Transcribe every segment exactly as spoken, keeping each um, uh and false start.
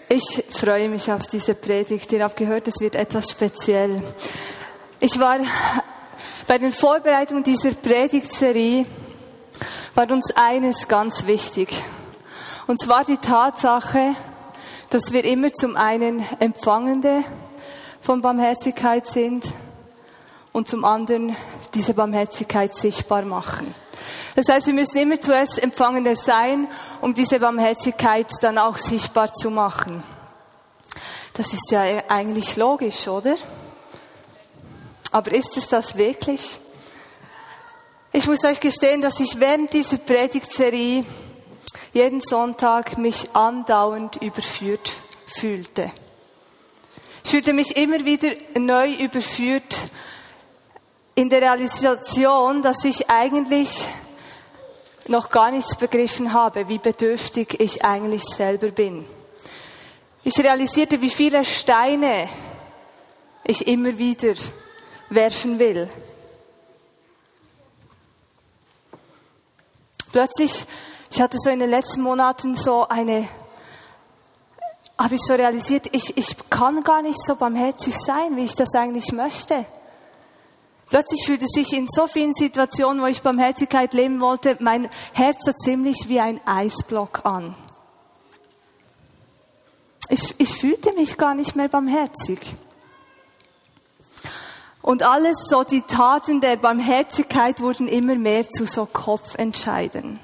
Ich freue mich auf diese Predigt. Ihr habt gehört, es wird etwas speziell. Ich war bei den Vorbereitungen dieser Predigtserie, war uns eines ganz wichtig. Und zwar die Tatsache, dass wir immer zum einen Empfangende von Barmherzigkeit sind und zum anderen diese Barmherzigkeit sichtbar machen. Das heißt, wir müssen immer zuerst Empfangende sein, um diese Barmherzigkeit dann auch sichtbar zu machen. Das ist ja eigentlich logisch, oder? Aber ist es das wirklich? Ich muss euch gestehen, dass ich während dieser Predigtserie jeden Sonntag mich andauernd überführt fühlte. Ich fühlte mich immer wieder neu überführt in der Realisation, dass ich eigentlich noch gar nichts begriffen habe, wie bedürftig ich eigentlich selber bin. Ich realisierte, wie viele Steine ich immer wieder werfen will. Plötzlich, ich hatte so in den letzten Monaten so eine, habe ich so realisiert, ich, ich kann gar nicht so barmherzig sein, wie ich das eigentlich möchte. Plötzlich fühlte sich in so vielen Situationen, wo ich Barmherzigkeit leben wollte, mein Herz so ziemlich wie ein Eisblock an. Ich, ich fühlte mich gar nicht mehr barmherzig. Und alles, so die Taten der Barmherzigkeit wurden immer mehr zu so Kopfentscheiden.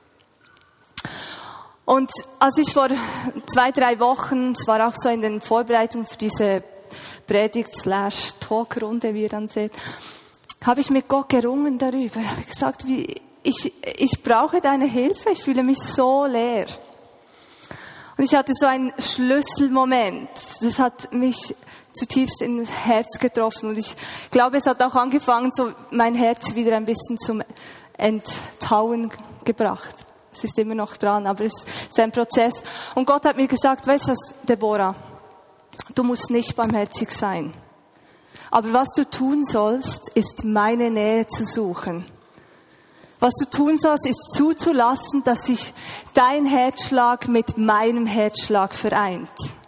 Und als ich vor zwei, drei Wochen, es war auch so in den Vorbereitungen für diese Predigt-slash-Talkrunde, wie ihr dann seht, habe ich mit Gott gerungen darüber. Ich habe gesagt, wie, ich, ich brauche deine Hilfe, ich fühle mich so leer. Und ich hatte so einen Schlüsselmoment. Das hat mich zutiefst ins Herz getroffen. Und ich glaube, es hat auch angefangen, so mein Herz wieder ein bisschen zum Enttauen gebracht. Es ist immer noch dran, aber es ist ein Prozess. Und Gott hat mir gesagt, weißt du was, Deborah? Du musst nicht barmherzig sein. Aber was du tun sollst, ist meine Nähe zu suchen. Was du tun sollst, ist zuzulassen, dass sich dein Herzschlag mit meinem Herzschlag vereint.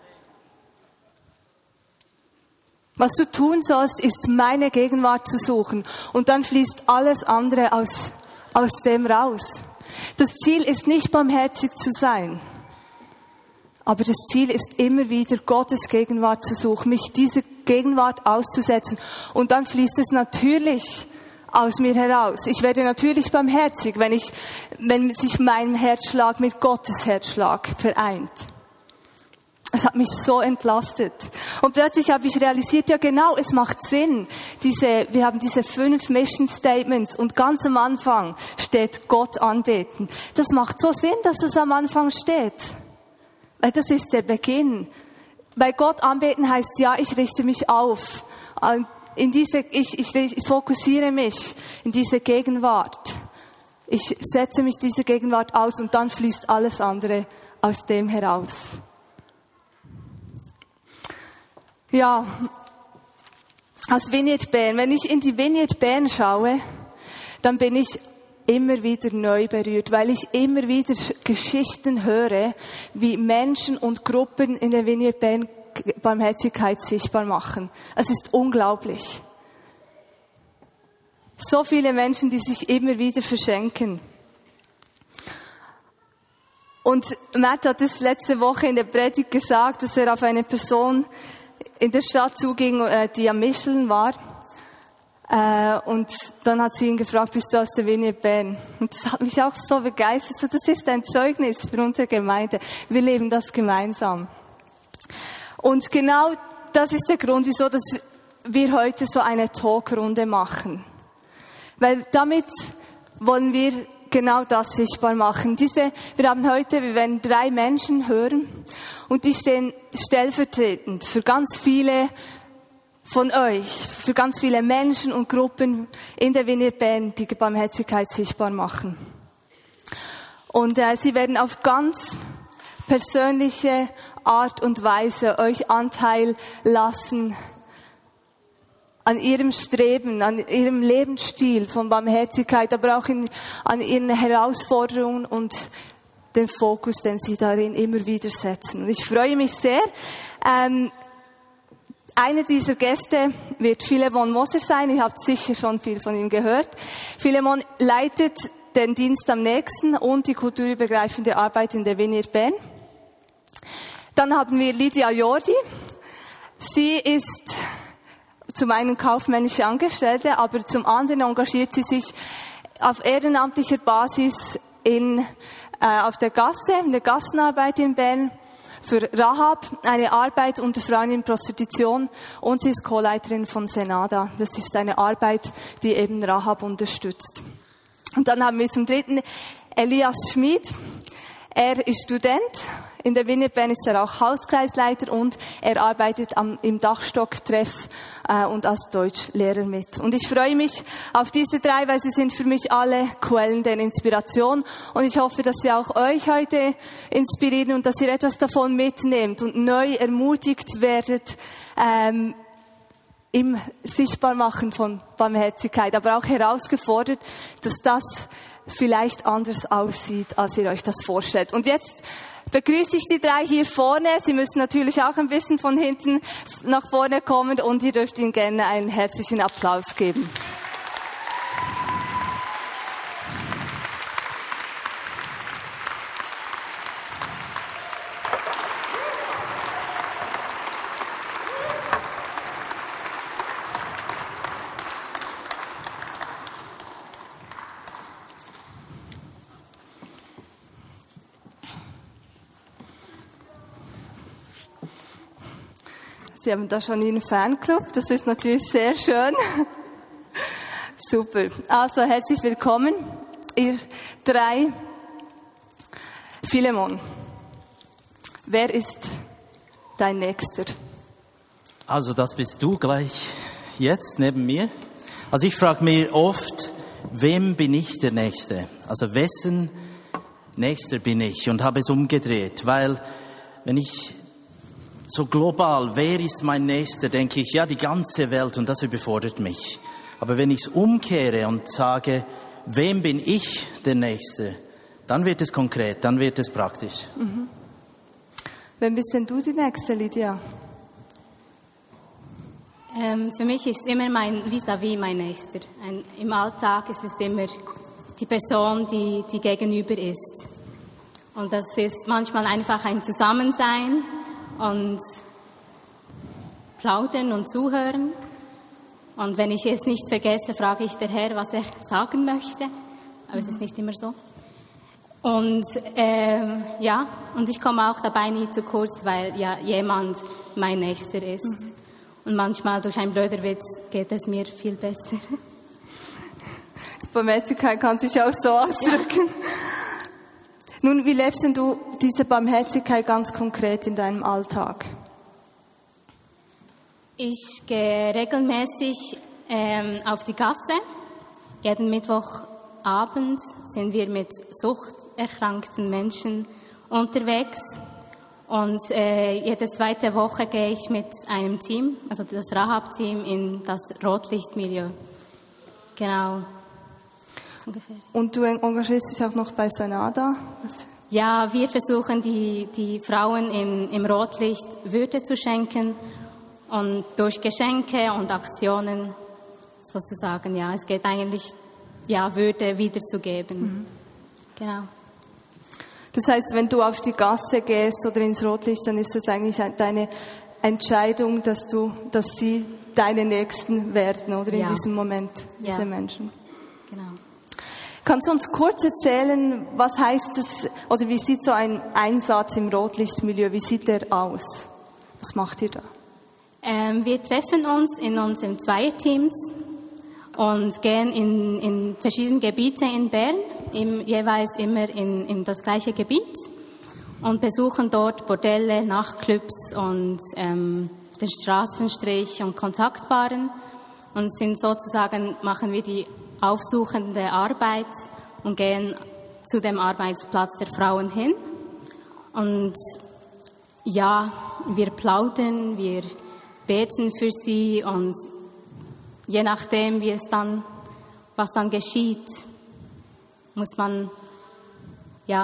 Was du tun sollst, ist meine Gegenwart zu suchen. Und dann fließt alles andere aus, aus dem raus. Das Ziel ist nicht barmherzig zu sein. Aber das Ziel ist immer wieder, Gottes Gegenwart zu suchen, mich diese Gegenwart auszusetzen. Und dann fließt es natürlich aus mir heraus. Ich werde natürlich barmherzig, wenn ich, wenn sich mein Herzschlag mit Gottes Herzschlag vereint. Es hat mich so entlastet. Und plötzlich habe ich realisiert, ja genau, es macht Sinn. Diese, wir haben diese fünf Mission Statements und ganz am Anfang steht Gott anbeten. Das macht so Sinn, dass es am Anfang steht. Weil das ist der Beginn. Bei Gott anbeten heißt, ja, ich richte mich auf. In diese, ich, ich, ich fokussiere mich in diese Gegenwart. Ich setze mich diese Gegenwart aus und dann fließt alles andere aus dem heraus. Ja, aus Vineyard Bern. Wenn ich in die Vineyard Bern schaue, dann bin ich immer wieder neu berührt, weil ich immer wieder Geschichten höre, wie Menschen und Gruppen in der Vineyard Bern Barmherzigkeit sichtbar machen. Es ist unglaublich. So viele Menschen, die sich immer wieder verschenken. Und Matt hat es letzte Woche in der Predigt gesagt, dass er auf eine Person in der Stadt zuging, die am Mischeln war. Und dann hat sie ihn gefragt, bist du aus der Vineyard Bern? Und das hat mich auch so begeistert. So, das ist ein Zeugnis für unsere Gemeinde. Wir leben das gemeinsam. Und genau das ist der Grund, wieso dass wir heute so eine Talkrunde machen. Weil damit wollen wir genau das sichtbar machen. Diese, wir haben heute, wir werden drei Menschen hören und die stehen stellvertretend für ganz viele von euch, für ganz viele Menschen und Gruppen in der Vineyard Bern, die Barmherzigkeit sichtbar machen. Und äh, sie werden auf ganz persönliche Art und Weise euch Anteil lassen an ihrem Streben, an ihrem Lebensstil von Barmherzigkeit, aber auch in, an ihren Herausforderungen und den Fokus, den sie darin immer wieder setzen. Und ich freue mich sehr. Ähm, einer dieser Gäste wird Philemon Moser sein. Ihr habt sicher schon viel von ihm gehört. Philemon leitet den Dienst am Nächsten und die kulturübergreifende Arbeit in der Vineyard Bern. Dann haben wir Lydia Jordi. Sie ist zum einen kaufmännische Angestellte, aber zum anderen engagiert sie sich auf ehrenamtlicher Basis in, äh, auf der Gasse, in der Gassenarbeit in Bern für Rahab, eine Arbeit unter Frauen in Prostitution, und sie ist Co-Leiterin von Senada. Das ist eine Arbeit, die eben Rahab unterstützt. Und dann haben wir zum dritten Elias Schmid. Er ist Student. In der Vineyard Bern ist er auch Hauskreisleiter und er arbeitet am, im Dachstocktreff äh, und als Deutschlehrer mit. Und ich freue mich auf diese drei, weil sie sind für mich alle Quellen der Inspiration. Und ich hoffe, dass sie auch euch heute inspirieren und dass ihr etwas davon mitnehmt und neu ermutigt werdet, ähm, im Sichtbarmachen von Barmherzigkeit, aber auch herausgefordert, dass das vielleicht anders aussieht, als ihr euch das vorstellt. Und jetzt begrüße ich die drei hier vorne. Sie müssen natürlich auch ein bisschen von hinten nach vorne kommen und ihr dürft ihnen gerne einen herzlichen Applaus geben. Sie haben da schon Ihren Fanclub, das ist natürlich sehr schön. Super. Also herzlich willkommen, ihr drei. Philemon, wer ist dein Nächster? Also das bist du gleich jetzt neben mir. Also ich frage mich oft, wem bin ich der Nächste? Also wessen Nächster bin ich? Und habe es umgedreht, weil wenn ich so global, wer ist mein Nächster, denke ich, ja, die ganze Welt, und das überfordert mich. Aber wenn ich es umkehre und sage, wem bin ich der Nächste, dann wird es konkret, dann wird es praktisch. Mhm. Wem bist denn du die Nächste, Lydia? Ähm, für mich ist immer mein Vis-à-vis mein Nächster. Ein, Im Alltag ist es immer die Person, die, die gegenüber ist. Und das ist manchmal einfach ein Zusammensein und plaudern und zuhören. Und wenn ich es nicht vergesse, frage ich der Herr, was er sagen möchte. Aber mhm. es ist nicht immer so. Und äh, ja, und ich komme auch dabei nie zu kurz, weil ja jemand mein Nächster ist. Mhm. Und manchmal durch einen Blöderwitz geht es mir viel besser. Barmherzigkeit kann sich auch so ausdrücken. Ja. Nun, wie lebst denn du diese Barmherzigkeit ganz konkret in deinem Alltag? Ich gehe regelmäßig ähm, auf die Gasse. Jeden Mittwochabend sind wir mit suchterkrankten Menschen unterwegs. Und äh, jede zweite Woche gehe ich mit einem Team, also das Rahab-Team, in das Rotlichtmilieu. Genau. Ungefähr. Und du engagierst dich auch noch bei Senada? Was? Ja, wir versuchen, die, die Frauen im, im Rotlicht Würde zu schenken und durch Geschenke und Aktionen sozusagen, ja, es geht eigentlich, ja, Würde wiederzugeben. Mhm. Genau. Das heißt, wenn du auf die Gasse gehst oder ins Rotlicht, dann ist das eigentlich deine Entscheidung, dass du, dass sie deine Nächsten werden, oder in ja. diesem Moment, diese ja. Menschen. Genau. Kannst du uns kurz erzählen, was heißt das, oder wie sieht so ein Einsatz im Rotlichtmilieu, wie sieht der aus? Was macht ihr da? Ähm, wir treffen uns in unseren Zweierteams und gehen in, in verschiedene Gebiete in Bern, im, jeweils immer in, in das gleiche Gebiet, und besuchen dort Bordelle, Nachtclubs und ähm, den Straßenstrich und Kontaktbaren und sind sozusagen, machen wir die aufsuchende Arbeit und gehen zu dem Arbeitsplatz der Frauen hin. Und ja, wir plaudern, wir beten für sie und je nachdem, wie es dann, was dann geschieht, muss man ja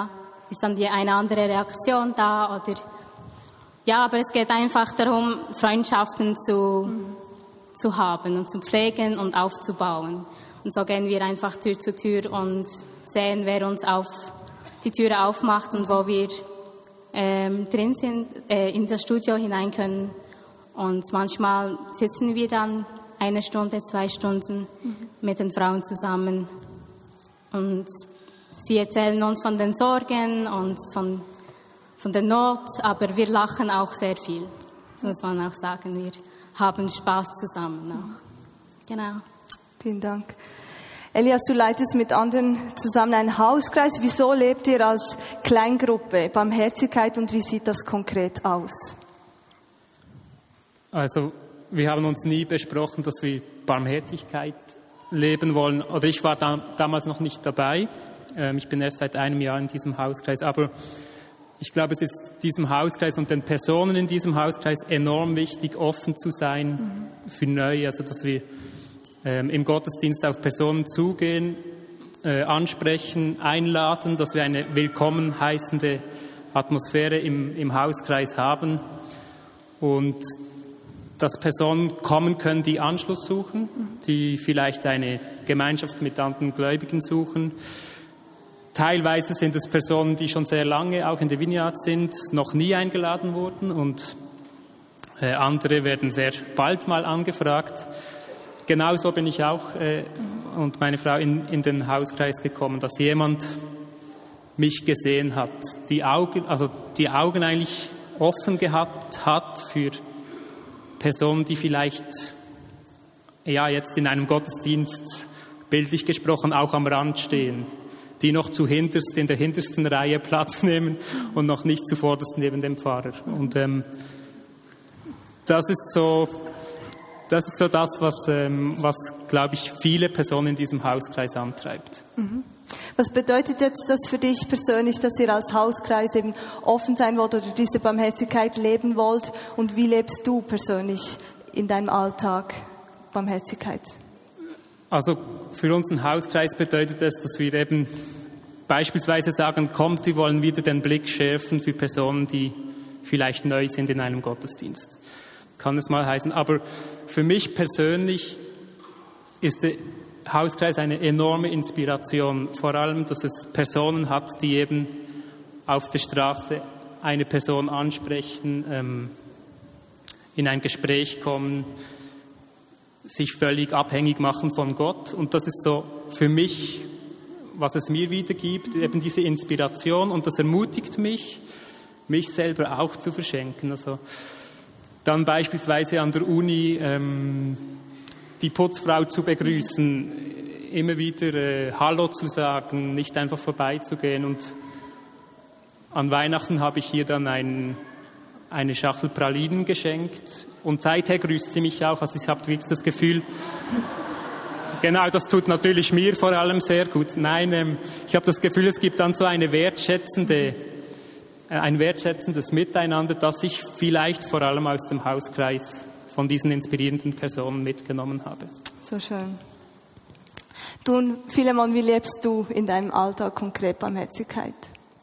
ist dann die eine andere Reaktion da oder ja, aber es geht einfach darum, Freundschaften zu, mhm. zu haben und zu pflegen und aufzubauen. Und so gehen wir einfach Tür zu Tür und sehen, wer uns auf die Türe aufmacht und wo wir ähm, drin sind, äh, in das Studio hinein können. Und manchmal sitzen wir dann eine Stunde, zwei Stunden mhm. mit den Frauen zusammen. Und sie erzählen uns von den Sorgen und von, von der Not, aber wir lachen auch sehr viel. Das muss man auch sagen. Wir haben Spaß zusammen auch. Genau. Vielen Dank. Elias, du leitest mit anderen zusammen einen Hauskreis. Wieso lebt ihr als Kleingruppe Barmherzigkeit und wie sieht das konkret aus? Also wir haben uns nie besprochen, dass wir Barmherzigkeit leben wollen. Oder ich war da, damals noch nicht dabei. Ähm, ich bin erst seit einem Jahr in diesem Hauskreis. Aber ich glaube, es ist diesem Hauskreis und den Personen in diesem Hauskreis enorm wichtig, offen zu sein mhm. für Neue. Also dass wir ähm, im Gottesdienst auf Personen zugehen, äh, ansprechen, einladen, dass wir eine willkommen heißende Atmosphäre im, im Hauskreis haben und dass Personen kommen können, die Anschluss suchen, die vielleicht eine Gemeinschaft mit anderen Gläubigen suchen. Teilweise sind es Personen, die schon sehr lange auch in der Vineyard sind, noch nie eingeladen wurden und äh, andere werden sehr bald mal angefragt. Genauso bin ich auch äh, und meine Frau in, in den Hauskreis gekommen, dass jemand mich gesehen hat, die Augen, also die Augen eigentlich offen gehabt hat für Personen, die vielleicht ja, jetzt in einem Gottesdienst, bildlich gesprochen, auch am Rand stehen, die noch zu hinterst in der hintersten Reihe Platz nehmen und noch nicht zuvorderst neben dem Pfarrer. Und ähm, das ist so, das ist so das, was, ähm, was glaube ich, viele Personen in diesem Hauskreis antreibt. Mhm. Was bedeutet jetzt das für dich persönlich, dass ihr als Hauskreis eben offen sein wollt oder diese Barmherzigkeit leben wollt? Und wie lebst du persönlich in deinem Alltag Barmherzigkeit? Also für unseren Hauskreis bedeutet es, dass wir eben beispielsweise sagen, kommt, wir wollen wieder den Blick schärfen für Personen, die vielleicht neu sind in einem Gottesdienst. Kann es mal heißen. Aber für mich persönlich ist der Hauskreis eine enorme Inspiration, vor allem, dass es Personen hat, die eben auf der Straße eine Person ansprechen, ähm, in ein Gespräch kommen, sich völlig abhängig machen von Gott. Und das ist so für mich, was es mir wiedergibt, eben diese Inspiration und das ermutigt mich, mich selber auch zu verschenken. Also dann beispielsweise an der Uni ähm, die Putzfrau zu begrüßen, immer wieder äh, Hallo zu sagen, nicht einfach vorbeizugehen. Und an Weihnachten habe ich ihr dann ein, eine Schachtel Pralinen geschenkt. Und seither grüßt sie mich auch. Also ich habe wirklich das Gefühl, genau, das tut natürlich mir vor allem sehr gut. Nein, ähm, ich habe das Gefühl, es gibt dann so eine wertschätzende, äh, ein wertschätzendes Miteinander, das ich vielleicht vor allem aus dem Hauskreis von diesen inspirierenden Personen mitgenommen habe. So schön. Du und Philemon, wie lebst du in deinem Alltag konkret Barmherzigkeit?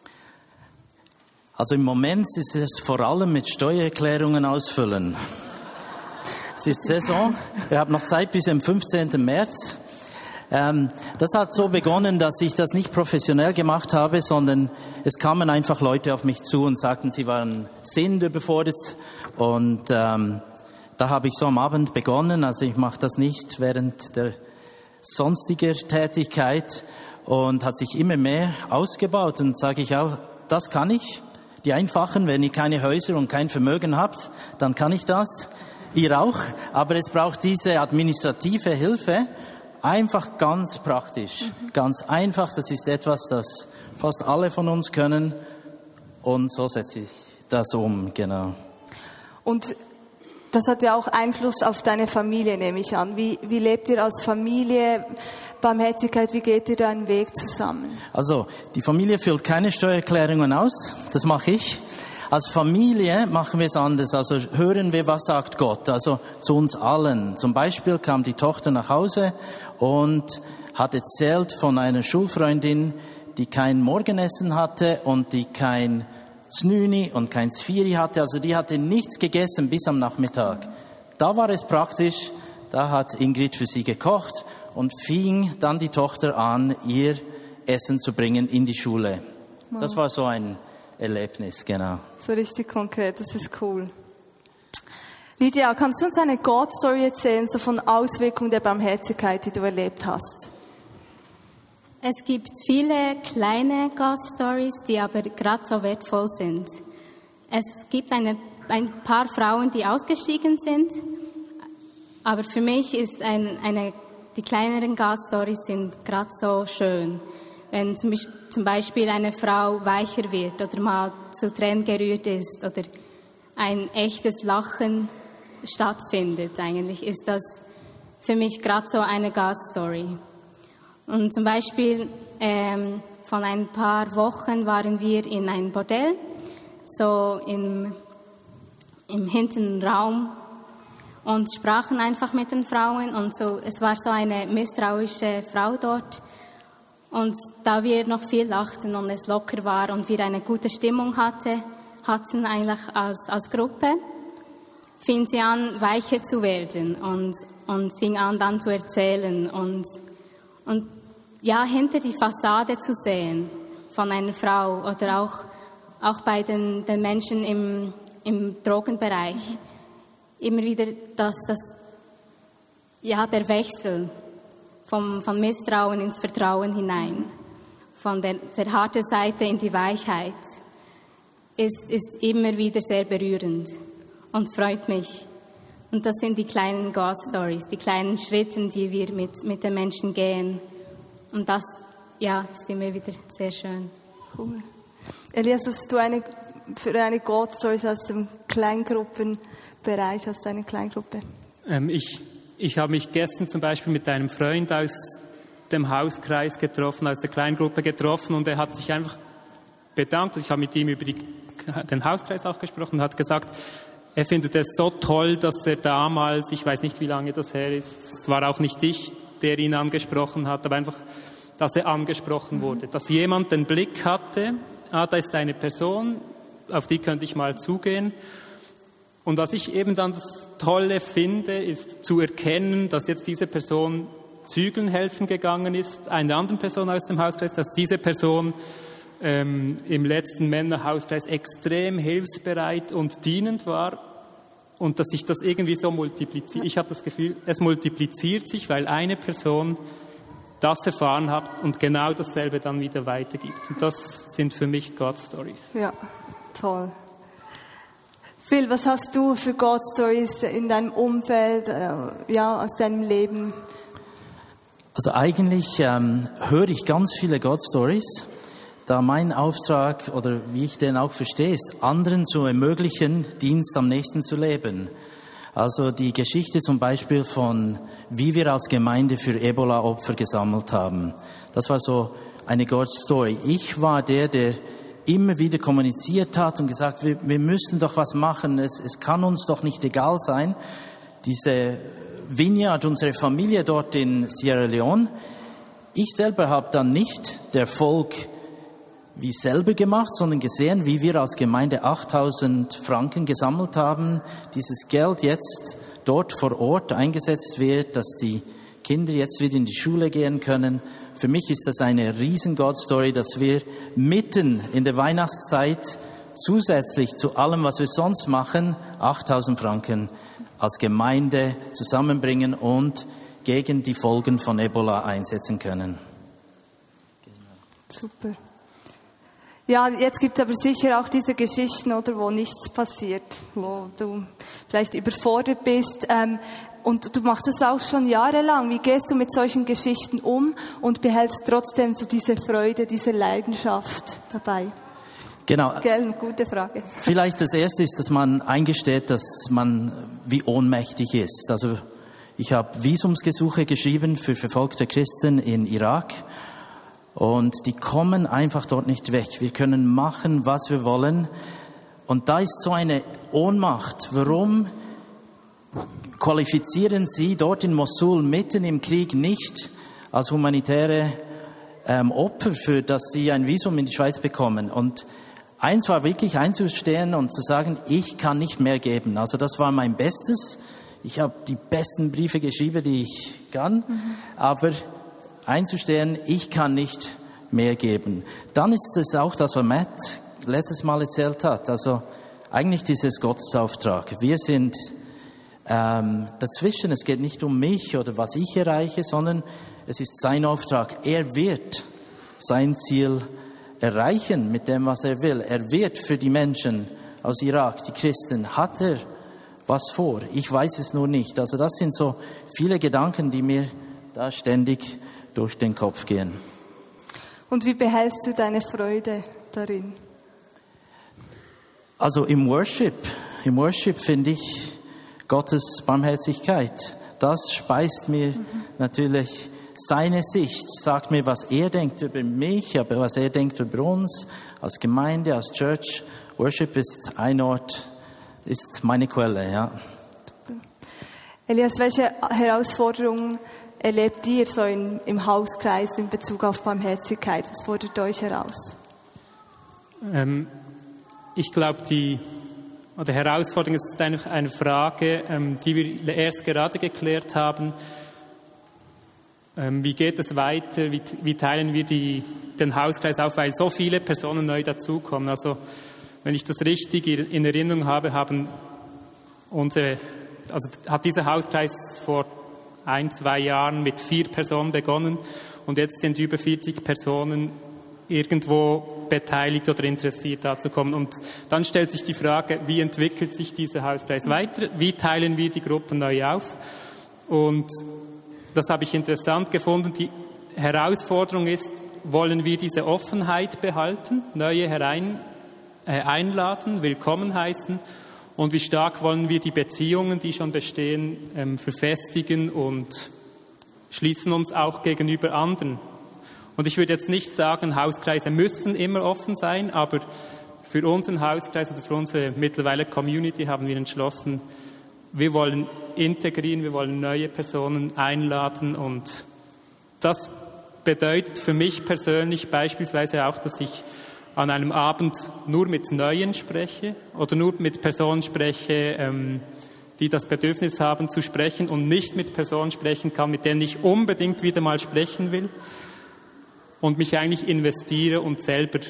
Also im Moment ist es vor allem mit Steuererklärungen ausfüllen. Es ist Saison, wir haben noch Zeit bis zum fünfzehnten März. Ähm, das hat so begonnen, dass ich das nicht professionell gemacht habe, sondern es kamen einfach Leute auf mich zu und sagten, sie waren sinnend überfordert und ähm, da habe ich so am Abend begonnen, also ich mache das nicht während der sonstiger Tätigkeit und hat sich immer mehr ausgebaut und sage ich auch, das kann ich, die einfachen, wenn ihr keine Häuser und kein Vermögen habt, dann kann ich das, ihr auch, aber es braucht diese administrative Hilfe, einfach ganz praktisch, mhm. ganz einfach, das ist etwas, das fast alle von uns können und so setze ich das um, genau. Und das hat ja auch Einfluss auf deine Familie, nehme ich an. Wie, wie lebt ihr als Familie Barmherzigkeit? Wie geht ihr da einen Weg zusammen? Also, die Familie füllt keine Steuererklärungen aus. Das mache ich. Als Familie machen wir es anders. Also hören wir, was sagt Gott. Also zu uns allen. Zum Beispiel kam die Tochter nach Hause und hat erzählt von einer Schulfreundin, die kein Morgenessen hatte und die kein Znüni und kein Zvieri hatte. Also die hatte nichts gegessen bis am Nachmittag. Da war es praktisch, da hat Ingrid für sie gekocht und fing dann die Tochter an, ihr Essen zu bringen in die Schule. Wow. Das war so ein Erlebnis, genau. So richtig konkret, das ist cool. Lydia, kannst du uns eine God-Story erzählen, so von Auswirkungen der Barmherzigkeit, die du erlebt hast? Es gibt viele kleine God-Stories, die aber gerade so wertvoll sind. Es gibt eine, ein paar Frauen, die ausgestiegen sind, aber für mich ist ein, eine, die kleineren God-Stories sind gerade so schön. Wenn zum Beispiel eine Frau weicher wird oder mal zu Tränen gerührt ist oder ein echtes Lachen stattfindet, eigentlich ist das für mich gerade so eine God-Story. Und zum Beispiel ähm, vor ein paar Wochen waren wir in einem Bordell, so im, im hinteren Raum und sprachen einfach mit den Frauen und so. Es war so eine misstrauische Frau dort. Und da wir noch viel lachten und es locker war und wir eine gute Stimmung hatte, hatten eigentlich als, als Gruppe, fing sie an, weicher zu werden und, und fing an, dann zu erzählen und, und ja, hinter die Fassade zu sehen von einer Frau oder auch, auch bei den, den Menschen im, im Drogenbereich. Immer wieder das, das, ja, der Wechsel vom, von Misstrauen ins Vertrauen hinein, von der, der harten Seite in die Weichheit, ist, ist immer wieder sehr berührend und freut mich. Und das sind die kleinen God-Stories, die kleinen Schritte, die wir mit, mit den Menschen gehen. Und das, ja, ist immer wieder sehr schön. Cool. Elias, hast du eine, für eine God-Story aus dem Kleingruppenbereich, aus deiner Kleingruppe? Ähm, ich ich habe mich gestern zum Beispiel mit einem Freund aus dem Hauskreis getroffen, aus der Kleingruppe getroffen und er hat sich einfach bedankt. Ich habe mit ihm über die, den Hauskreis auch gesprochen und hat gesagt, er findet es so toll, dass er damals, ich weiß nicht, wie lange das her ist, es war auch nicht ich, der ihn angesprochen hat, aber einfach, dass er angesprochen wurde, dass jemand den Blick hatte, ah, da ist eine Person, auf die könnte ich mal zugehen. Und was ich eben dann das Tolle finde, ist zu erkennen, dass jetzt diese Person Zügeln helfen gegangen ist, einer anderen Person aus dem Hauskreis, dass diese Person ähm, im letzten Männerhauskreis extrem hilfsbereit und dienend war und dass sich das irgendwie so multipliziert. Ich habe das Gefühl, es multipliziert sich, weil eine Person das erfahren hat und genau dasselbe dann wieder weitergibt. Und das sind für mich God-Stories. Ja, toll. Phil, was hast du für God-Stories in deinem Umfeld, äh, ja, aus deinem Leben? Also eigentlich ähm, höre ich ganz viele God-Stories, da mein Auftrag, oder wie ich den auch verstehe, ist, anderen zu ermöglichen, Dienst am nächsten zu leben. Also die Geschichte zum Beispiel von, wie wir als Gemeinde für Ebola-Opfer gesammelt haben. Das war so eine God-Story. Ich war der, der immer wieder kommuniziert hat und gesagt, wir, wir müssen doch was machen, es, es kann uns doch nicht egal sein. Diese Vineyard, unsere Familie dort in Sierra Leone, ich selber habe dann nicht der Erfolg wie selber gemacht, sondern gesehen, wie wir als Gemeinde achttausend Franken gesammelt haben, dieses Geld jetzt dort vor Ort eingesetzt wird, dass die Kinder jetzt wieder in die Schule gehen können. Für mich ist das eine riesen God-Story, dass wir mitten in der Weihnachtszeit zusätzlich zu allem, was wir sonst machen, achttausend Franken als Gemeinde zusammenbringen und gegen die Folgen von Ebola einsetzen können. Super. Ja, jetzt gibt es aber sicher auch diese Geschichten, oder, wo nichts passiert, wo du vielleicht überfordert bist. Ähm, und du machst das auch schon jahrelang. Wie gehst du mit solchen Geschichten um und behältst trotzdem so diese Freude, diese Leidenschaft dabei? Genau. Gell, gute Frage. Vielleicht das Erste ist, dass man eingesteht, dass man wie ohnmächtig ist. Also ich habe Visumsgesuche geschrieben für verfolgte Christen in Irak. Und die kommen einfach dort nicht weg. Wir können machen, was wir wollen. Und da ist so eine Ohnmacht. Warum qualifizieren Sie dort in Mosul mitten im Krieg nicht als humanitäre ähm, Opfer, für dass sie ein Visum in die Schweiz bekommen. Und eins war wirklich einzustehen und zu sagen, ich kann nicht mehr geben. Also das war mein Bestes. Ich habe die besten Briefe geschrieben, die ich kann. Mhm. Aber einzustehen, ich kann nicht mehr geben. Dann ist es auch das, was Matt letztes Mal erzählt hat. Also eigentlich dieses Gottesauftrag. Wir sind ähm, dazwischen. Es geht nicht um mich oder was ich erreiche, sondern es ist sein Auftrag. Er wird sein Ziel erreichen mit dem, was er will. Er wird für die Menschen aus Irak, die Christen, hat er was vor. Ich weiß es nur nicht. Also das sind so viele Gedanken, die mir da ständig durch den Kopf gehen. Und wie behältst du deine Freude darin? Also im Worship, im Worship finde ich Gottes Barmherzigkeit. Das speist mir mhm. natürlich seine Sicht, sagt mir, was er denkt über mich, aber was er denkt über uns als Gemeinde, als Church. Worship ist ein Ort, ist meine Quelle, ja. Elias, welche Herausforderungen erlebt ihr so in, im Hauskreis in Bezug auf Barmherzigkeit? Was fordert euch heraus? Ähm, ich glaube, die oder Herausforderung ist eigentlich eine Frage, ähm, die wir erst gerade geklärt haben. Ähm, wie geht es weiter? Wie, wie teilen wir die, den Hauskreis auf? Weil so viele Personen neu dazukommen. Also, wenn ich das richtig in Erinnerung habe, haben unsere, also hat dieser Hauskreis vor ein, zwei Jahren mit vier Personen begonnen und jetzt sind über vierzig Personen irgendwo beteiligt oder interessiert, da zu kommen. Und dann stellt sich die Frage, wie entwickelt sich dieser Hauskreis weiter? Wie teilen wir die Gruppen neu auf? Und das habe ich interessant gefunden. Die Herausforderung ist, wollen wir diese Offenheit behalten, neue herein, äh, einladen, willkommen heißen? Und wie stark wollen wir die Beziehungen, die schon bestehen, ähm, verfestigen und schließen uns auch gegenüber anderen? Und ich würde jetzt nicht sagen, Hauskreise müssen immer offen sein, aber für unseren Hauskreis oder für unsere mittlerweile Community haben wir entschlossen, wir wollen integrieren, wir wollen neue Personen einladen. Und das bedeutet für mich persönlich beispielsweise auch, dass ich an einem Abend nur mit Neuen spreche oder nur mit Personen spreche, ähm, die das Bedürfnis haben zu sprechen und nicht mit Personen sprechen kann, mit denen ich unbedingt wieder mal sprechen will und mich eigentlich investiere und selber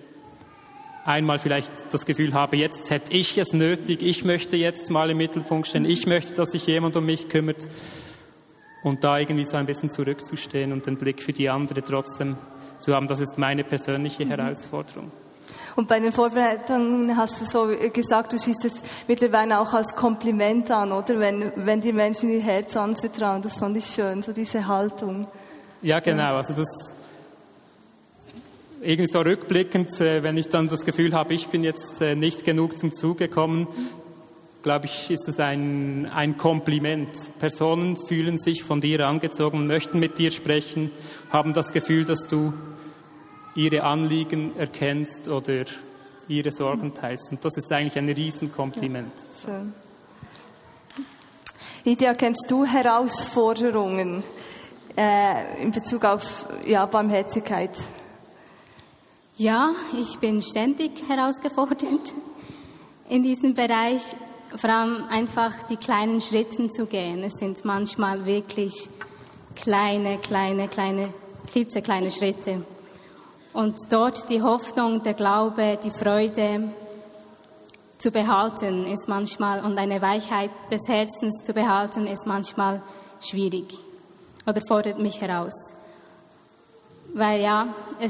einmal vielleicht das Gefühl habe, jetzt hätte ich es nötig, ich möchte jetzt mal im Mittelpunkt stehen, ich möchte, dass sich jemand um mich kümmert und da irgendwie so ein bisschen zurückzustehen und den Blick für die andere trotzdem zu haben, das ist meine persönliche Herausforderung. Und bei den Vorbereitungen hast du so gesagt, du siehst es mittlerweile auch als Kompliment an, oder? Wenn, wenn die Menschen ihr Herz anvertrauen, das fand ich schön, so diese Haltung. Ja, genau, also das irgendwie so rückblickend, wenn ich dann das Gefühl habe, ich bin jetzt nicht genug zum Zuge gekommen, glaube ich, ist es ein, ein Kompliment. Personen fühlen sich von dir angezogen, möchten mit dir sprechen, haben das Gefühl, dass du ihre Anliegen erkennst oder ihre Sorgen teilst. Und das ist eigentlich ein Riesenkompliment. Ja, schön. Lydia, kennst du Herausforderungen äh, in Bezug auf ja, Barmherzigkeit? Ja, ich bin ständig herausgefordert in diesem Bereich, vor allem einfach die kleinen Schritte zu gehen. Es sind manchmal wirklich kleine, kleine, kleine, klitzekleine Schritte. Und dort die Hoffnung, der Glaube, die Freude zu behalten, ist manchmal, und eine Weichheit des Herzens zu behalten, ist manchmal schwierig oder fordert mich heraus. Weil ja, es...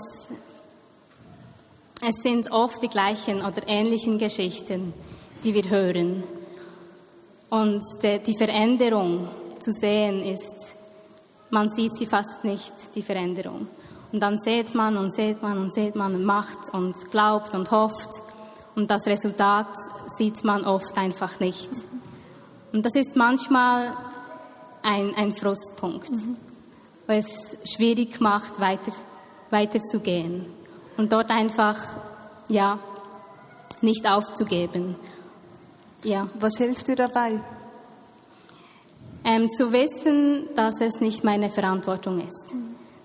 Es sind oft die gleichen oder ähnlichen Geschichten, die wir hören. Und die Veränderung zu sehen ist, man sieht sie fast nicht, die Veränderung. Und dann sieht man und sieht man und sieht man und macht und glaubt und hofft. Und das Resultat sieht man oft einfach nicht. Und das ist manchmal ein, ein Frustpunkt, mhm. weil es schwierig macht, weiter, weiterzugehen. Und dort einfach, ja, nicht aufzugeben. Ja. Was hilft dir dabei? Ähm, zu wissen, dass es nicht meine Verantwortung ist. Mhm.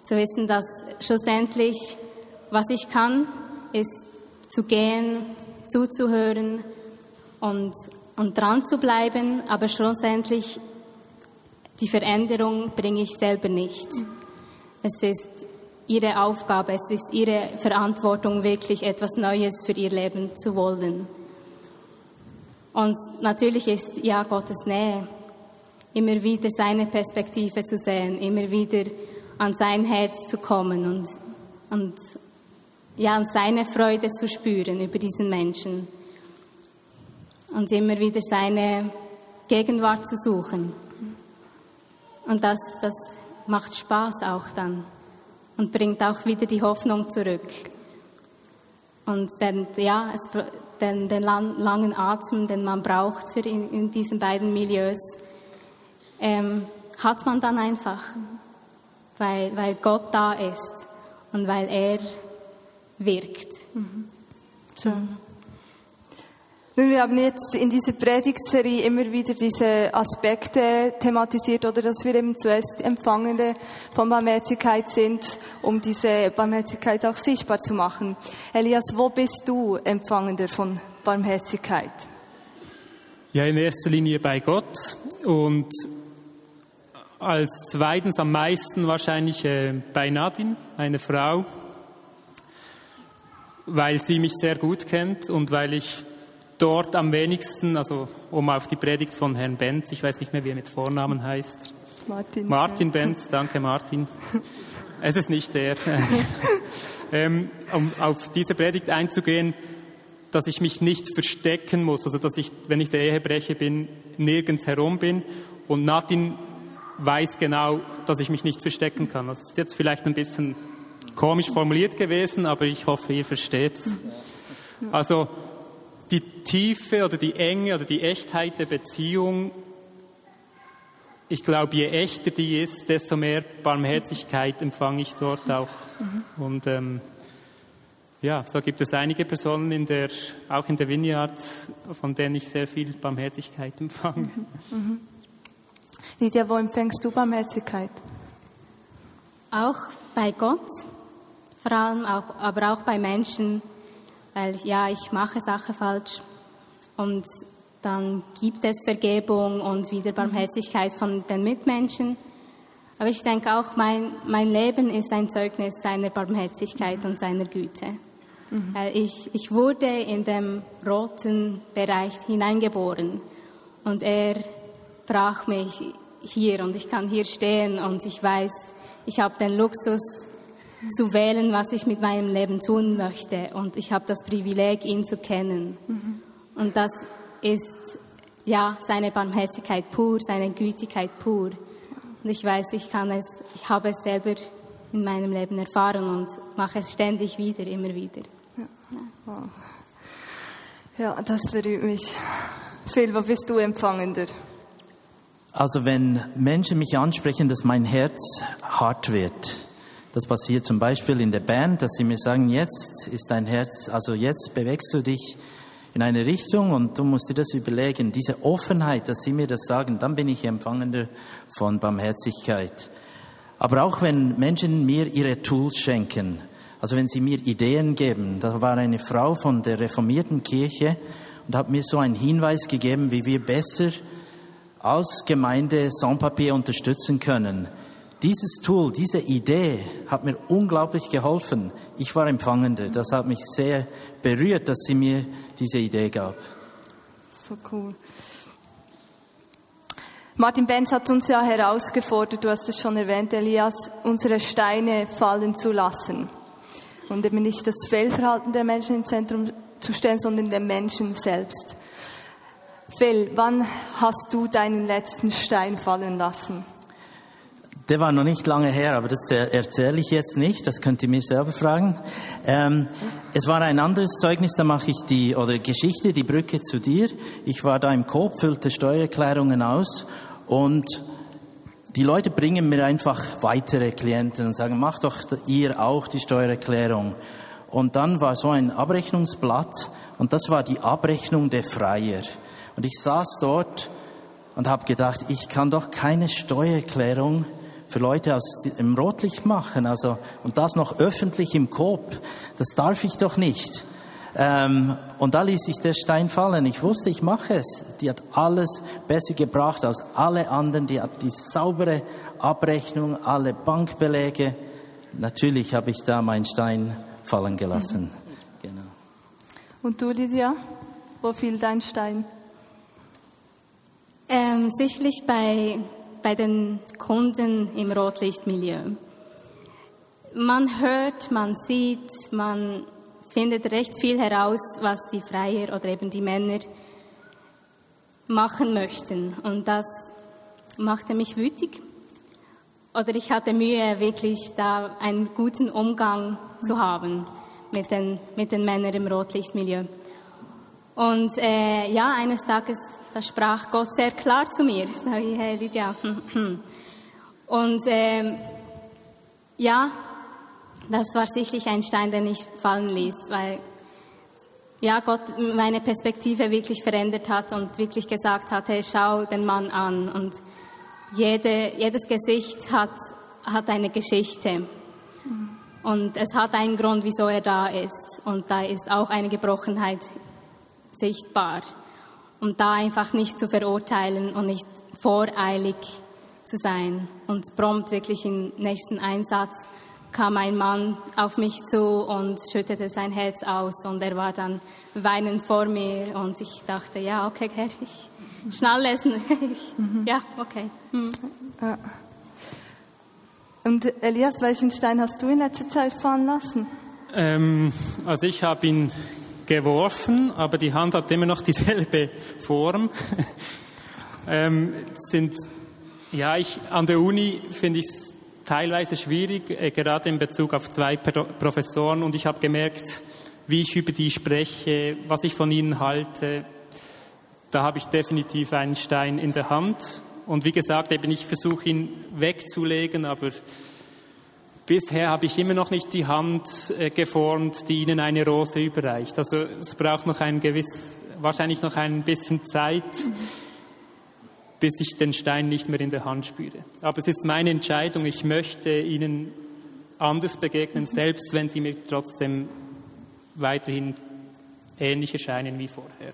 zu wissen, dass schlussendlich, was ich kann, ist zu gehen, zuzuhören und, und dran zu bleiben, aber schlussendlich die Veränderung bringe ich selber nicht. Es ist ihre Aufgabe, es ist ihre Verantwortung, wirklich etwas Neues für ihr Leben zu wollen. Und natürlich ist ja Gottes Nähe, immer wieder seine Perspektive zu sehen, immer wieder an sein Herz zu kommen und, und ja, seine Freude zu spüren über diesen Menschen und immer wieder seine Gegenwart zu suchen. Und das, das macht Spaß auch dann und bringt auch wieder die Hoffnung zurück. Und den, ja, es, den, den langen Atem, den man braucht für in, in diesen beiden Milieus, ähm, hat man dann einfach, weil, weil Gott da ist und weil er wirkt. Mhm. So. Nun, wir haben jetzt in dieser Predigtserie immer wieder diese Aspekte thematisiert, oder dass wir eben zuerst Empfangende von Barmherzigkeit sind, um diese Barmherzigkeit auch sichtbar zu machen. Elias, wo bist du Empfangender von Barmherzigkeit? Ja, in erster Linie bei Gott und als zweitens am meisten wahrscheinlich äh, bei Nadine, eine Frau, weil sie mich sehr gut kennt und weil ich dort am wenigsten, also um auf die Predigt von Herrn Benz, ich weiß nicht mehr, wie er mit Vornamen heißt. Martin. Martin Benz, danke Martin. Es ist nicht der. ähm, um auf diese Predigt einzugehen, dass ich mich nicht verstecken muss, also dass ich, wenn ich der Ehebrecher bin, nirgends herum bin. Und Nadine weiß genau, dass ich mich nicht verstecken kann. Das ist jetzt vielleicht ein bisschen komisch formuliert gewesen, aber ich hoffe, ihr versteht's. Also die Tiefe oder die Enge oder die Echtheit der Beziehung, ich glaube, je echter die ist, desto mehr Barmherzigkeit empfange ich dort auch. Mhm. Und ähm, ja, so gibt es einige Personen in der, auch in der Vineyard, von denen ich sehr viel Barmherzigkeit empfange. Mhm. Mhm. Lydia, wo empfängst du Barmherzigkeit? Auch bei Gott, vor allem auch, aber auch bei Menschen, weil ja, ich mache Sachen falsch und dann gibt es Vergebung und wieder Barmherzigkeit von den Mitmenschen. Aber ich denke auch, mein, mein Leben ist ein Zeugnis seiner Barmherzigkeit und seiner Güte. Mhm. Weil ich, ich wurde in dem roten Bereich hineingeboren und er brach mich hier und ich kann hier stehen und ich weiß, ich habe den Luxus zu wählen, was ich mit meinem Leben tun möchte und ich habe das Privileg, ihn zu kennen. Mhm. Und das ist ja seine Barmherzigkeit pur, seine Gütigkeit pur. Und ich weiß, ich kann es, ich habe es selber in meinem Leben erfahren und mache es ständig wieder, immer wieder. Ja, wow. Ja, das berührt mich. Phil, wo bist du Empfangender? Also wenn Menschen mich ansprechen, dass mein Herz hart wird, das passiert zum Beispiel in der Band, dass sie mir sagen, jetzt ist dein Herz, also jetzt bewegst du dich in eine Richtung und du musst dir das überlegen. Diese Offenheit, dass sie mir das sagen, dann bin ich Empfangender von Barmherzigkeit. Aber auch wenn Menschen mir ihre Tools schenken, also wenn sie mir Ideen geben, da war eine Frau von der reformierten Kirche und hat mir so einen Hinweis gegeben, wie wir besser als Gemeinde Sans-Papier unterstützen können. Dieses Tool, diese Idee hat mir unglaublich geholfen. Ich war Empfangender. Das hat mich sehr berührt, dass sie mir diese Idee gab. So cool. Martin Benz hat uns ja herausgefordert, du hast es schon erwähnt, Elias, unsere Steine fallen zu lassen. Und eben nicht das Fehlverhalten der Menschen ins Zentrum zu stellen, sondern den Menschen selbst. Phil, wann hast du deinen letzten Stein fallen lassen? Der war noch nicht lange her, aber das erzähle ich jetzt nicht. Das könnt ihr mir selber fragen. Ähm, es war ein anderes Zeugnis, da mache ich die, oder Geschichte, die Brücke zu dir. Ich war da im Coop, füllte Steuererklärungen aus und die Leute bringen mir einfach weitere Klienten und sagen, mach doch ihr auch die Steuererklärung. Und dann war so ein Abrechnungsblatt und das war die Abrechnung der Freier. Und ich saß dort und habe gedacht, ich kann doch keine Steuererklärung für Leute aus im Rotlicht machen, also und das noch öffentlich im Coop, das darf ich doch nicht. Ähm, und da ließ sich der Stein fallen. Ich wusste, ich mache es. Die hat alles besser gebracht als alle anderen. Die hat die saubere Abrechnung, alle Bankbelege. Natürlich habe ich da meinen Stein fallen gelassen. Mhm. Genau. Und du, Lydia, wo fiel dein Stein? Ähm, sicherlich bei, bei den Kunden im Rotlichtmilieu. Man hört, man sieht, man findet recht viel heraus, was die Freier oder eben die Männer machen möchten. Und das machte mich wütig. Oder ich hatte Mühe, wirklich da einen guten Umgang zu haben mit den, mit den Männern im Rotlichtmilieu. Und äh, ja, eines Tages, da sprach Gott sehr klar zu mir. Ich sage, hey Lydia. Und äh, ja, das war sicherlich ein Stein, den ich fallen ließ, weil ja, Gott meine Perspektive wirklich verändert hat und wirklich gesagt hat, hey, schau den Mann an. Und jede, jedes Gesicht hat, hat eine Geschichte. Und es hat einen Grund, wieso er da ist. Und da ist auch eine Gebrochenheit sichtbar. Und da einfach nicht zu verurteilen und nicht voreilig zu sein. Und prompt wirklich im nächsten Einsatz kam ein Mann auf mich zu und schüttete sein Herz aus. Und er war dann weinend vor mir. Und ich dachte, ja, okay, Herr, ich schnall es. Mhm. Ja, okay. Mhm. Ja. Und Elias, welchen Stein hast du in letzter Zeit fallen lassen? Ähm, also ich habe ihn geworfen, aber die Hand hat immer noch dieselbe Form. ähm, sind, ja, ich, an der Uni finde ich es teilweise schwierig, äh, gerade in Bezug auf zwei Pro- Professoren. Und ich habe gemerkt, wie ich über die spreche, was ich von ihnen halte. Da habe ich definitiv einen Stein in der Hand. Und wie gesagt, eben ich versuche ihn wegzulegen, aber bisher habe ich immer noch nicht die Hand äh, geformt, die ihnen eine Rose überreicht. Also es braucht noch ein gewiss, wahrscheinlich noch ein bisschen Zeit, bis ich den Stein nicht mehr in der Hand spüre. Aber es ist meine Entscheidung, ich möchte ihnen anders begegnen, selbst wenn sie mir trotzdem weiterhin ähnlich erscheinen wie vorher.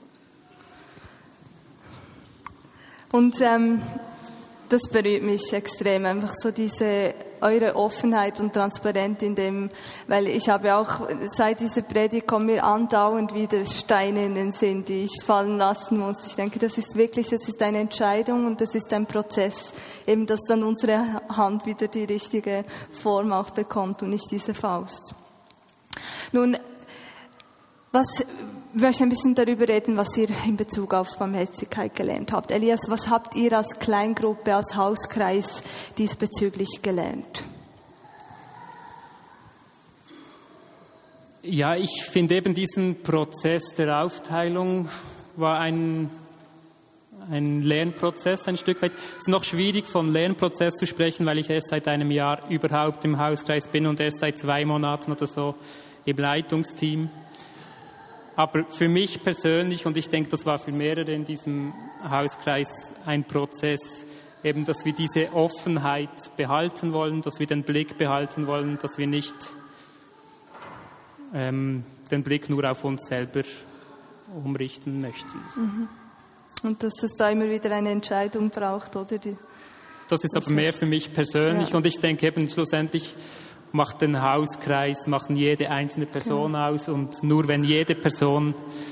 Und ähm, das berührt mich extrem, einfach so diese, eure Offenheit und Transparenz in dem, weil ich habe auch, seit dieser Predigt kommen mir andauernd wieder Steine in den Sinn, die ich fallen lassen muss. Ich denke, das ist wirklich, das ist eine Entscheidung und das ist ein Prozess, eben, dass dann unsere Hand wieder die richtige Form auch bekommt und nicht diese Faust. Nun, was, ich möchte ein bisschen darüber reden, was ihr in Bezug auf Barmherzigkeit gelernt habt. Elias, was habt ihr als Kleingruppe, als Hauskreis diesbezüglich gelernt? Ja, ich finde eben diesen Prozess der Aufteilung war ein, ein Lernprozess ein Stück weit. Es ist noch schwierig, von Lernprozess zu sprechen, weil ich erst seit einem Jahr überhaupt im Hauskreis bin und erst seit zwei Monaten oder so im Leitungsteam. Aber für mich persönlich, und ich denke, das war für mehrere in diesem Hauskreis ein Prozess, eben, dass wir diese Offenheit behalten wollen, dass wir den Blick behalten wollen, dass wir nicht ähm, den Blick nur auf uns selber umrichten möchten. Mhm. Und dass es da immer wieder eine Entscheidung braucht, oder? Die, das ist aber mehr für mich persönlich, ja. Und ich denke eben schlussendlich macht den Hauskreis, machen jede einzelne Person okay. aus. Und nur wenn jede Person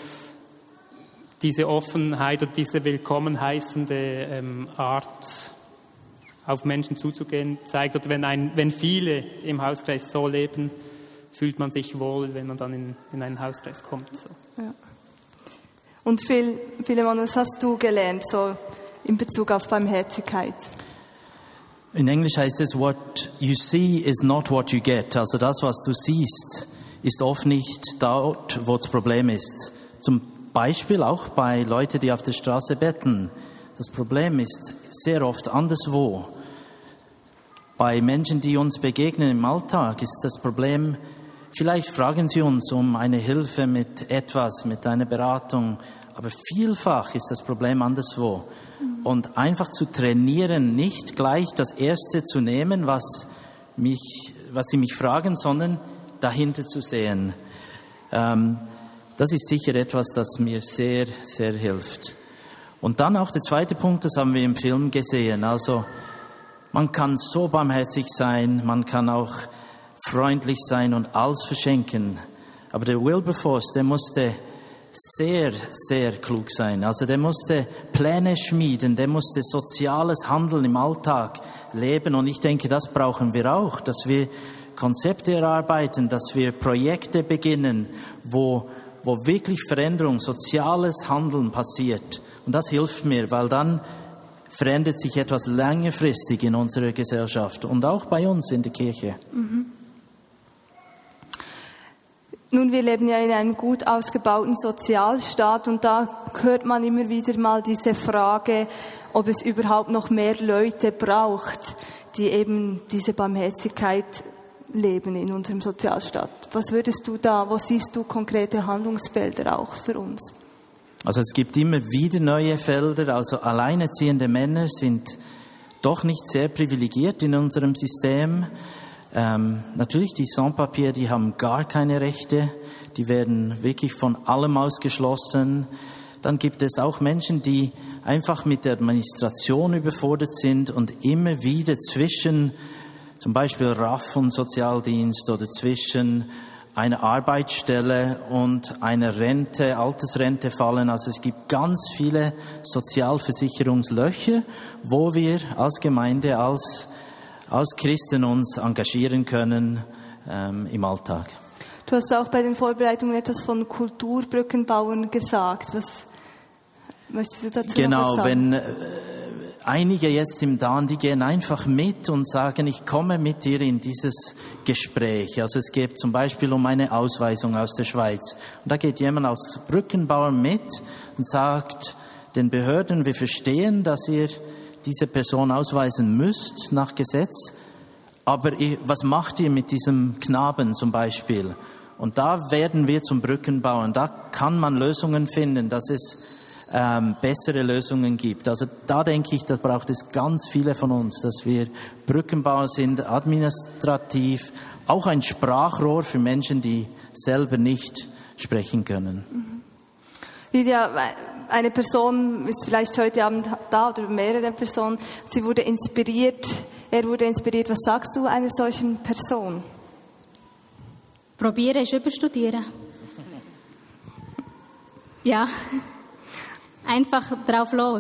diese Offenheit und diese willkommen heißende ähm, Art auf Menschen zuzugehen zeigt, oder wenn, ein, wenn viele im Hauskreis so leben, fühlt man sich wohl, wenn man dann in, in einen Hauskreis kommt. So. Ja. Und Phil, Philemon, was hast du gelernt so in Bezug auf Barmherzigkeit? In Englisch heißt es, what you see is not what you get. Also das, was du siehst, ist oft nicht dort, wo das Problem ist. Zum Beispiel auch bei Leuten, die auf der Straße betteln. Das Problem ist sehr oft anderswo. Bei Menschen, die uns begegnen im Alltag, ist das Problem, vielleicht fragen sie uns um eine Hilfe mit etwas, mit einer Beratung, aber vielfach ist das Problem anderswo. und einfach zu trainieren, nicht gleich das Erste zu nehmen, was mich, was sie mich fragen, sondern dahinter zu sehen. Ähm, das ist sicher etwas, das mir sehr, sehr hilft. Und dann auch der zweite Punkt, das haben wir im Film gesehen. Also man kann so barmherzig sein, man kann auch freundlich sein und alles verschenken. Aber der Wilberforce, der musste sehr, sehr klug sein. Also der musste Pläne schmieden, der musste soziales Handeln im Alltag leben. Und ich denke, das brauchen wir auch, dass wir Konzepte erarbeiten, dass wir Projekte beginnen, wo, wo wirklich Veränderung, soziales Handeln passiert. Und das hilft mir, weil dann verändert sich etwas längerfristig in unserer Gesellschaft und auch bei uns in der Kirche. Mhm. Nun, wir leben ja in einem gut ausgebauten Sozialstaat und da hört man immer wieder mal diese Frage, ob es überhaupt noch mehr Leute braucht, die eben diese Barmherzigkeit leben in unserem Sozialstaat. Was würdest du da, wo siehst du konkrete Handlungsfelder auch für uns? Also es gibt immer wieder neue Felder, also alleinerziehende Männer sind doch nicht sehr privilegiert in unserem System. Ähm, natürlich die Sans-Papiers, die haben gar keine Rechte, die werden wirklich von allem ausgeschlossen. Dann gibt es auch Menschen, die einfach mit der Administration überfordert sind und immer wieder zwischen zum Beispiel R A F und Sozialdienst oder zwischen einer Arbeitsstelle und einer Rente, Altersrente fallen. Also es gibt ganz viele Sozialversicherungslöcher, wo wir als Gemeinde, als als Christen uns engagieren können ähm, im Alltag. Du hast auch bei den Vorbereitungen etwas von Kulturbrückenbauern gesagt. Was möchtest du dazu genau, noch sagen? Wenn äh, einige jetzt im Dan, die gehen einfach mit und sagen, ich komme mit dir in dieses Gespräch. Also es geht zum Beispiel um eine Ausweisung aus der Schweiz. Und da geht jemand als Brückenbauer mit und sagt den Behörden, wir verstehen, dass ihr diese Person ausweisen müsst nach Gesetz, aber was macht ihr mit diesem Knaben zum Beispiel? Und da werden wir zum Brückenbauern. Da kann man Lösungen finden, dass es ähm, bessere Lösungen gibt. Also da denke ich, da braucht es ganz viele von uns, dass wir Brückenbauer sind, administrativ, auch ein Sprachrohr für Menschen, die selber nicht sprechen können. Mhm. Lydia, eine Person ist vielleicht heute Abend da oder mehrere Personen, sie wurde inspiriert, er wurde inspiriert. Was sagst du einer solchen Person? Probiere es überstudieren. Ja, einfach drauf los.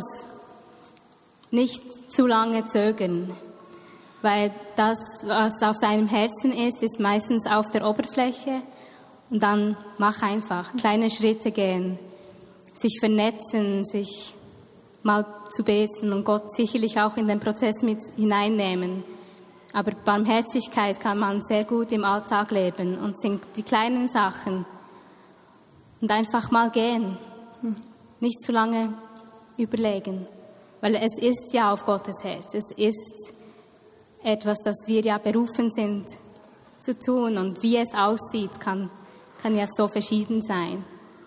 Nicht zu lange zögern, weil das, was auf deinem Herzen ist, ist meistens auf der Oberfläche. Und dann mach einfach, kleine Schritte gehen. Sich vernetzen, sich mal zu beten und Gott sicherlich auch in den Prozess mit hineinnehmen. Aber Barmherzigkeit kann man sehr gut im Alltag leben und sind die kleinen Sachen. Und einfach mal gehen, nicht zu lange überlegen, weil es ist ja auf Gottes Herz. Es ist etwas, das wir ja berufen sind zu tun und wie es aussieht, kann, kann ja so verschieden sein.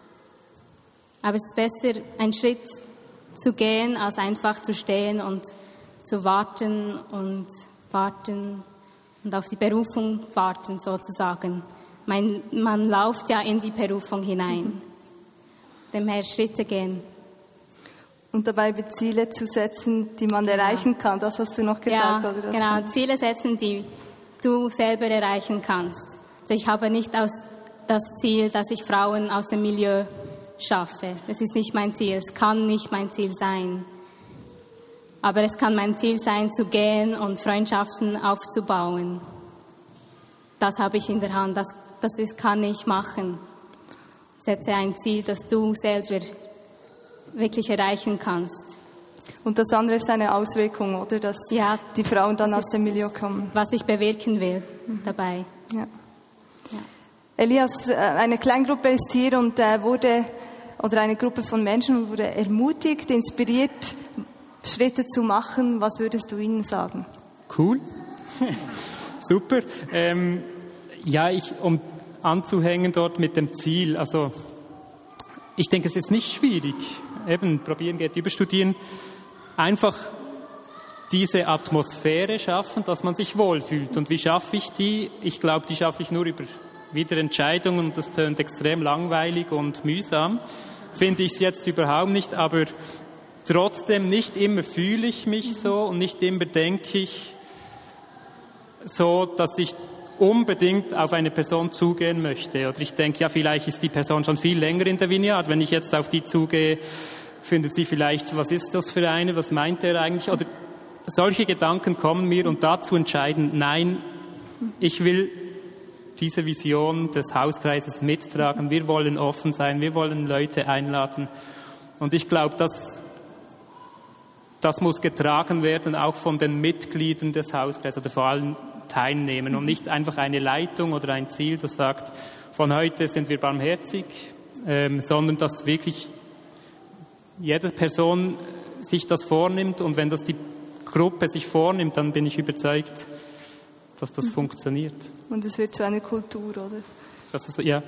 Aber es ist besser, einen Schritt zu gehen, als einfach zu stehen und zu warten und warten und auf die Berufung warten, sozusagen. Man, man läuft ja in die Berufung hinein. Dem her Schritte gehen. Und dabei Ziele zu setzen, die man genau. erreichen kann, das hast du noch gesagt. Ja, oder das genau, Ziele setzen, die du selber erreichen kannst. Also ich habe nicht aus das Ziel, dass ich Frauen aus dem Milieu schaffe. Das ist nicht mein Ziel. Es kann nicht mein Ziel sein. Aber es kann mein Ziel sein, zu gehen und Freundschaften aufzubauen. Das habe ich in der Hand. Das, das ist, kann ich machen. Setze ein Ziel, das du selber wirklich erreichen kannst. Und das andere ist eine Auswirkung, oder? Dass ja, die Frauen dann aus dem Milieu kommen. Was ich bewirken will mhm. dabei. Ja. Ja. Elias, eine Kleingruppe ist hier und wurde, oder eine Gruppe von Menschen wurde ermutigt, inspiriert, Schritte zu machen. Was würdest du ihnen sagen? Cool. Super. Ähm, ja, ich, um anzuhängen dort mit dem Ziel, also ich denke, es ist nicht schwierig. Eben, probieren geht überstudieren. einfach diese Atmosphäre schaffen, dass man sich wohlfühlt. Und wie schaffe ich die? Ich glaube, die schaffe ich nur über wieder Entscheidungen, und das tönt extrem langweilig und mühsam. Finde ich es jetzt überhaupt nicht, aber trotzdem nicht immer fühle ich mich so und nicht immer denke ich so, dass ich unbedingt auf eine Person zugehen möchte. Oder ich denke, ja, vielleicht ist die Person schon viel länger in der Vineyard. Wenn ich jetzt auf die zugehe, findet sie vielleicht, was ist das für eine, was meint er eigentlich? Oder solche Gedanken kommen mir, und dazu entscheiden, nein, ich will diese Vision des Hauskreises mittragen. Wir wollen offen sein, wir wollen Leute einladen. Und ich glaube, das, das muss getragen werden, auch von den Mitgliedern des Hauskreises oder vor allem Teilnehmern, und nicht einfach eine Leitung oder ein Ziel, das sagt, von heute sind wir barmherzig, ähm, sondern dass wirklich jede Person sich das vornimmt, und wenn das die Gruppe sich vornimmt, dann bin ich überzeugt, dass das mhm. funktioniert. Und es wird zu einer Kultur, oder? Das ist, ja.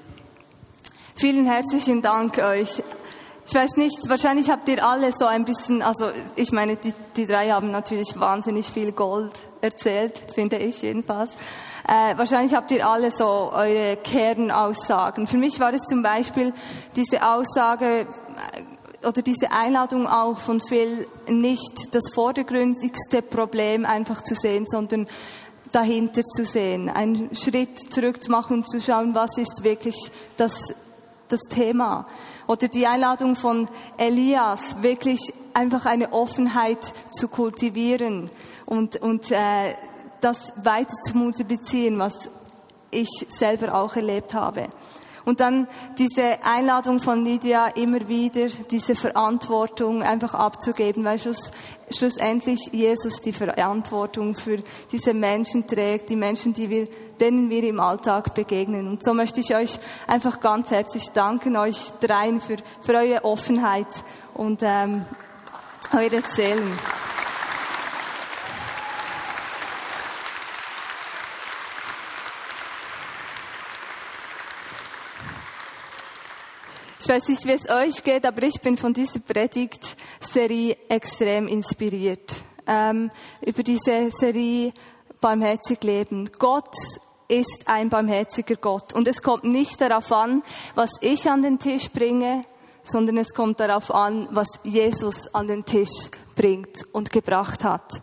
Vielen herzlichen Dank euch. Ich weiß nicht, wahrscheinlich habt ihr alle so ein bisschen, also ich meine, die, die drei haben natürlich wahnsinnig viel Gold erzählt, finde ich jedenfalls. Äh, wahrscheinlich habt ihr alle so eure Kernaussagen. Für mich war es zum Beispiel diese Aussage oder diese Einladung auch von Phil, nicht das vordergründigste Problem einfach zu sehen, sondern dahinter zu sehen, einen Schritt zurück zu machen und zu schauen, was ist wirklich das, das Thema. Oder die Einladung von Elias, wirklich einfach eine Offenheit zu kultivieren und, und äh, das weiter zu multiplizieren, was ich selber auch erlebt habe. Und dann diese Einladung von Lydia, immer wieder diese Verantwortung einfach abzugeben, weil schluss, schlussendlich Jesus die Verantwortung für diese Menschen trägt, die Menschen, die wir, denen wir im Alltag begegnen. Und so möchte ich euch einfach ganz herzlich danken, euch dreien, für, für eure Offenheit und ähm, euer Erzählen. Ich weiß nicht, wie es euch geht, aber ich bin von dieser Predigtserie extrem inspiriert. Ähm, über diese Serie Barmherzig leben. Gott ist ein barmherziger Gott. Und es kommt nicht darauf an, was ich an den Tisch bringe, sondern es kommt darauf an, was Jesus an den Tisch bringt und gebracht hat.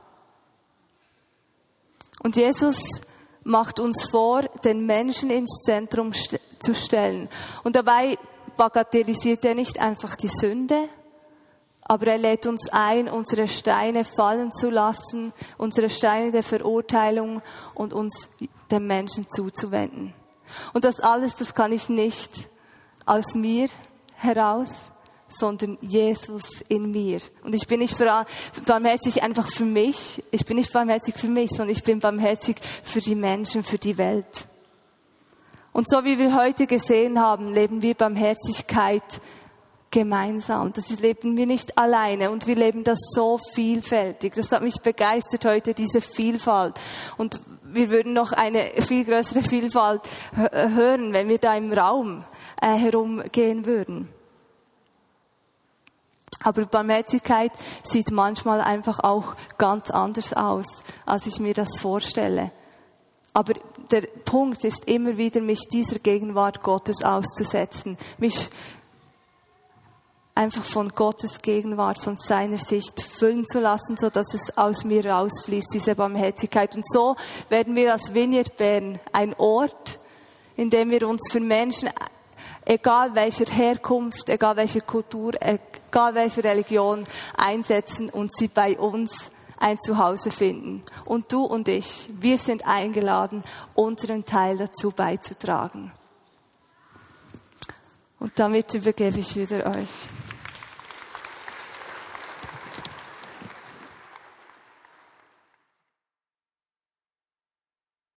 Und Jesus macht uns vor, den Menschen ins Zentrum st- zu stellen. Und dabei bagatellisiert er nicht einfach die Sünde, aber er lädt uns ein, unsere Steine fallen zu lassen, unsere Steine der Verurteilung, und uns dem Menschen zuzuwenden. Und das alles, das kann ich nicht aus mir heraus, sondern Jesus in mir. Und ich bin nicht barmherzig einfach für mich, ich bin nicht barmherzig für mich, sondern ich bin barmherzig für die Menschen, für die Welt. Und so wie wir heute gesehen haben, leben wir Barmherzigkeit gemeinsam. Das leben wir nicht alleine, und wir leben das so vielfältig. Das hat mich begeistert heute, diese Vielfalt. Und wir würden noch eine viel größere Vielfalt hören, wenn wir da im Raum äh, herumgehen würden. Aber Barmherzigkeit sieht manchmal einfach auch ganz anders aus, als ich mir das vorstelle. Aber der Punkt ist immer wieder, mich dieser Gegenwart Gottes auszusetzen, mich einfach von Gottes Gegenwart, von seiner Sicht füllen zu lassen, so dass es aus mir rausfließt, diese Barmherzigkeit. Und so werden wir als Vineyard Bern ein Ort, in dem wir uns für Menschen, egal welcher Herkunft, egal welcher Kultur, egal welcher Religion, einsetzen und sie bei uns ein Zuhause finden. Und du und ich, wir sind eingeladen, unseren Teil dazu beizutragen. Und damit übergebe ich wieder euch.